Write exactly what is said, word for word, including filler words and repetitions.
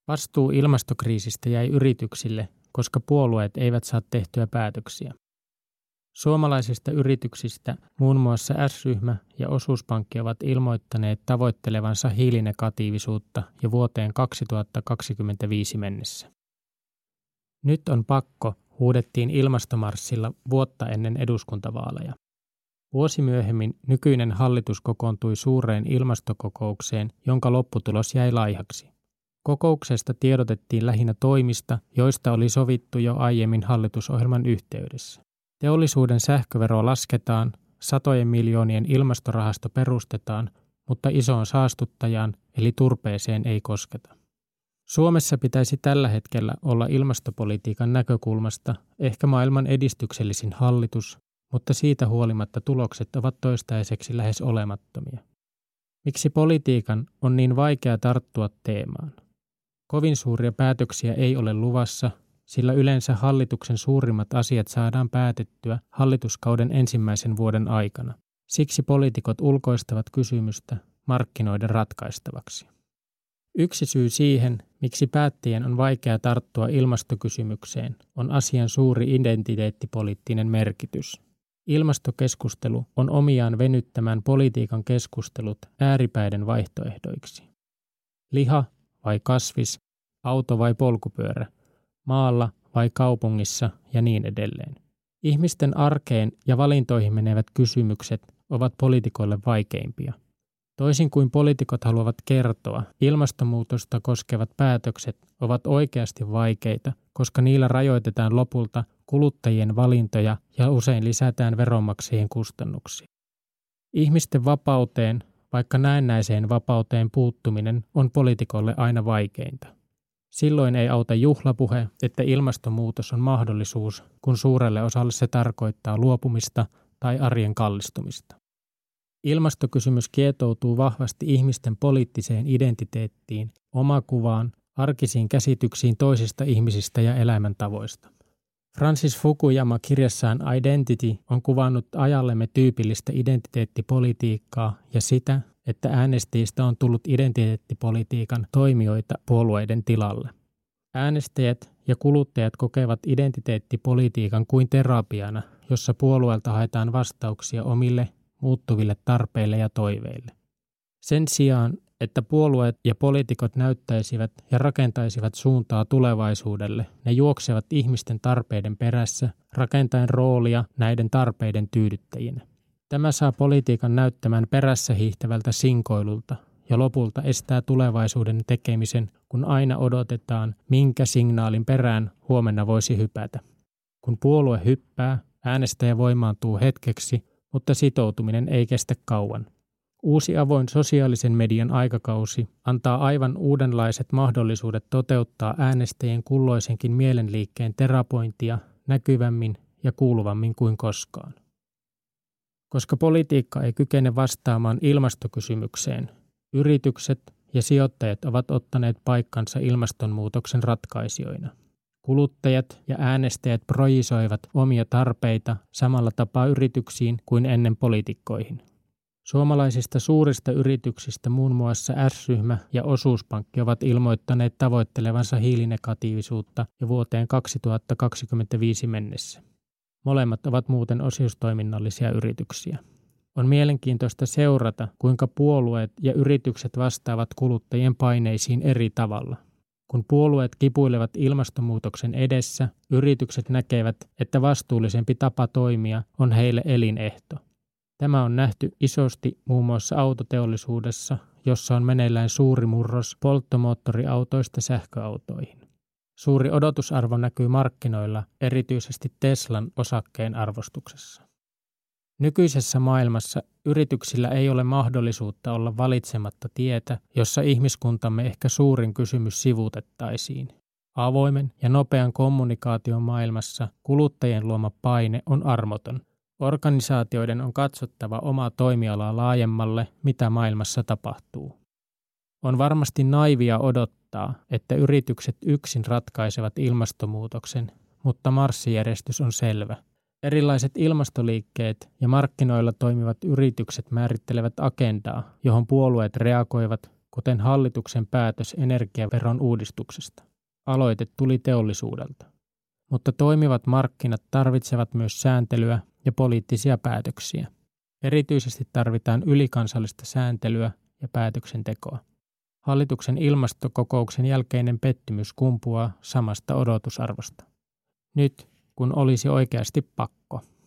Vastuu ilmastokriisistä jäi yrityksille, koska puolueet eivät saa tehtyä päätöksiä. Suomalaisista yrityksistä muun muassa S-ryhmä ja Osuuspankki ovat ilmoittaneet tavoittelevansa hiilinegatiivisuutta jo vuoteen kaksituhattakaksikymmentäviisi mennessä. Nyt on pakko, huudettiin ilmastomarssilla vuotta ennen eduskuntavaaleja. Vuosi myöhemmin nykyinen hallitus kokoontui suureen ilmastokokoukseen, jonka lopputulos jäi laihaksi. Kokouksesta tiedotettiin lähinnä toimista, joista oli sovittu jo aiemmin hallitusohjelman yhteydessä. Teollisuuden sähkövero lasketaan, satojen miljoonien ilmastorahasto perustetaan, mutta isoon saastuttajaan eli turpeeseen ei kosketa. Suomessa pitäisi tällä hetkellä olla ilmastopolitiikan näkökulmasta ehkä maailman edistyksellisin hallitus, mutta siitä huolimatta tulokset ovat toistaiseksi lähes olemattomia. Miksi politiikan on niin vaikea tarttua teemaan? Kovin suuria päätöksiä ei ole luvassa, sillä yleensä hallituksen suurimmat asiat saadaan päätettyä hallituskauden ensimmäisen vuoden aikana. Siksi poliitikot ulkoistavat kysymystä markkinoiden ratkaistavaksi. Yksi syy siihen, miksi päättäjien on vaikea tarttua ilmastokysymykseen, on asian suuri identiteettipoliittinen merkitys. Ilmastokeskustelu on omiaan venyttämään politiikan keskustelut ääripäiden vaihtoehdoiksi. Liha vai kasvis, auto vai polkupyörä, maalla vai kaupungissa ja niin edelleen. Ihmisten arkeen ja valintoihin menevät kysymykset ovat poliitikoille vaikeimpia. Toisin kuin poliitikot haluavat kertoa, ilmastonmuutosta koskevat päätökset ovat oikeasti vaikeita, koska niillä rajoitetaan lopulta kuluttajien valintoja ja usein lisätään veronmaksajien kustannuksia. Ihmisten vapauteen, vaikka näennäiseen vapauteen puuttuminen on poliitikoille aina vaikeinta. Silloin ei auta juhlapuhe, että ilmastonmuutos on mahdollisuus, kun suurelle osalle se tarkoittaa luopumista tai arjen kallistumista. Ilmastokysymys kietoutuu vahvasti ihmisten poliittiseen identiteettiin, omakuvaan, arkisiin käsityksiin toisista ihmisistä ja elämäntavoista. Francis Fukuyama kirjassaan Identity on kuvannut ajallemme tyypillistä identiteettipolitiikkaa ja sitä, että äänestäjistä on tullut identiteettipolitiikan toimijoita puolueiden tilalle. Äänestäjät ja kuluttajat kokevat identiteettipolitiikan kuin terapiana, jossa puolueelta haetaan vastauksia omille muuttuville tarpeille ja toiveille. Sen sijaan, että puolueet ja poliitikot näyttäisivät ja rakentaisivat suuntaa tulevaisuudelle, ne juoksevat ihmisten tarpeiden perässä, rakentaen roolia näiden tarpeiden tyydyttäjinä. Tämä saa politiikan näyttämään perässä hiihtävältä sinkoilulta ja lopulta estää tulevaisuuden tekemisen, kun aina odotetaan, minkä signaalin perään huomenna voisi hypätä. Kun puolue hyppää, äänestäjä voimaantuu hetkeksi, mutta sitoutuminen ei kestä kauan. Uusi avoin sosiaalisen median aikakausi antaa aivan uudenlaiset mahdollisuudet toteuttaa äänestäjien kulloisenkin mielenliikkeen terapointia näkyvämmin ja kuuluvammin kuin koskaan. Koska politiikka ei kykene vastaamaan ilmastokysymykseen, yritykset ja sijoittajat ovat ottaneet paikkansa ilmastonmuutoksen ratkaisijoina. Kuluttajat ja äänestäjät projisoivat omia tarpeita samalla tapaa yrityksiin kuin ennen poliitikkoihin. Suomalaisista suurista yrityksistä muun muassa S-ryhmä ja Osuuspankki ovat ilmoittaneet tavoittelevansa hiilinegatiivisuutta jo vuoteen kaksituhattakaksikymmentäviisi mennessä. Molemmat ovat muuten osuustoiminnallisia yrityksiä. On mielenkiintoista seurata, kuinka puolueet ja yritykset vastaavat kuluttajien paineisiin eri tavalla. Kun puolueet kipuilevat ilmastonmuutoksen edessä, yritykset näkevät, että vastuullisempi tapa toimia on heille elinehto. Tämä on nähty isosti muun muassa autoteollisuudessa, jossa on meneillään suuri murros polttomoottoriautoista sähköautoihin. Suuri odotusarvo näkyy markkinoilla, erityisesti Teslan osakkeen arvostuksessa. Nykyisessä maailmassa yrityksillä ei ole mahdollisuutta olla valitsematta tietä, jossa ihmiskuntamme ehkä suurin kysymys sivuutettaisiin. Avoimen ja nopean kommunikaation maailmassa kuluttajien luoma paine on armoton. Organisaatioiden on katsottava omaa toimialaa laajemmalle, mitä maailmassa tapahtuu. On varmasti naivia odottaa, että yritykset yksin ratkaisevat ilmastonmuutoksen, mutta marssijärjestys on selvä. Erilaiset ilmastoliikkeet ja markkinoilla toimivat yritykset määrittelevät agendaa, johon puolueet reagoivat kuten hallituksen päätös energiaveron uudistuksesta. Aloite tuli teollisuudelta. Mutta toimivat markkinat tarvitsevat myös sääntelyä ja poliittisia päätöksiä. Erityisesti tarvitaan ylikansallista sääntelyä ja päätöksentekoa. Hallituksen ilmastokokouksen jälkeinen pettymys kumpuaa samasta odotusarvosta. Nyt, kun olisi oikeasti pakko.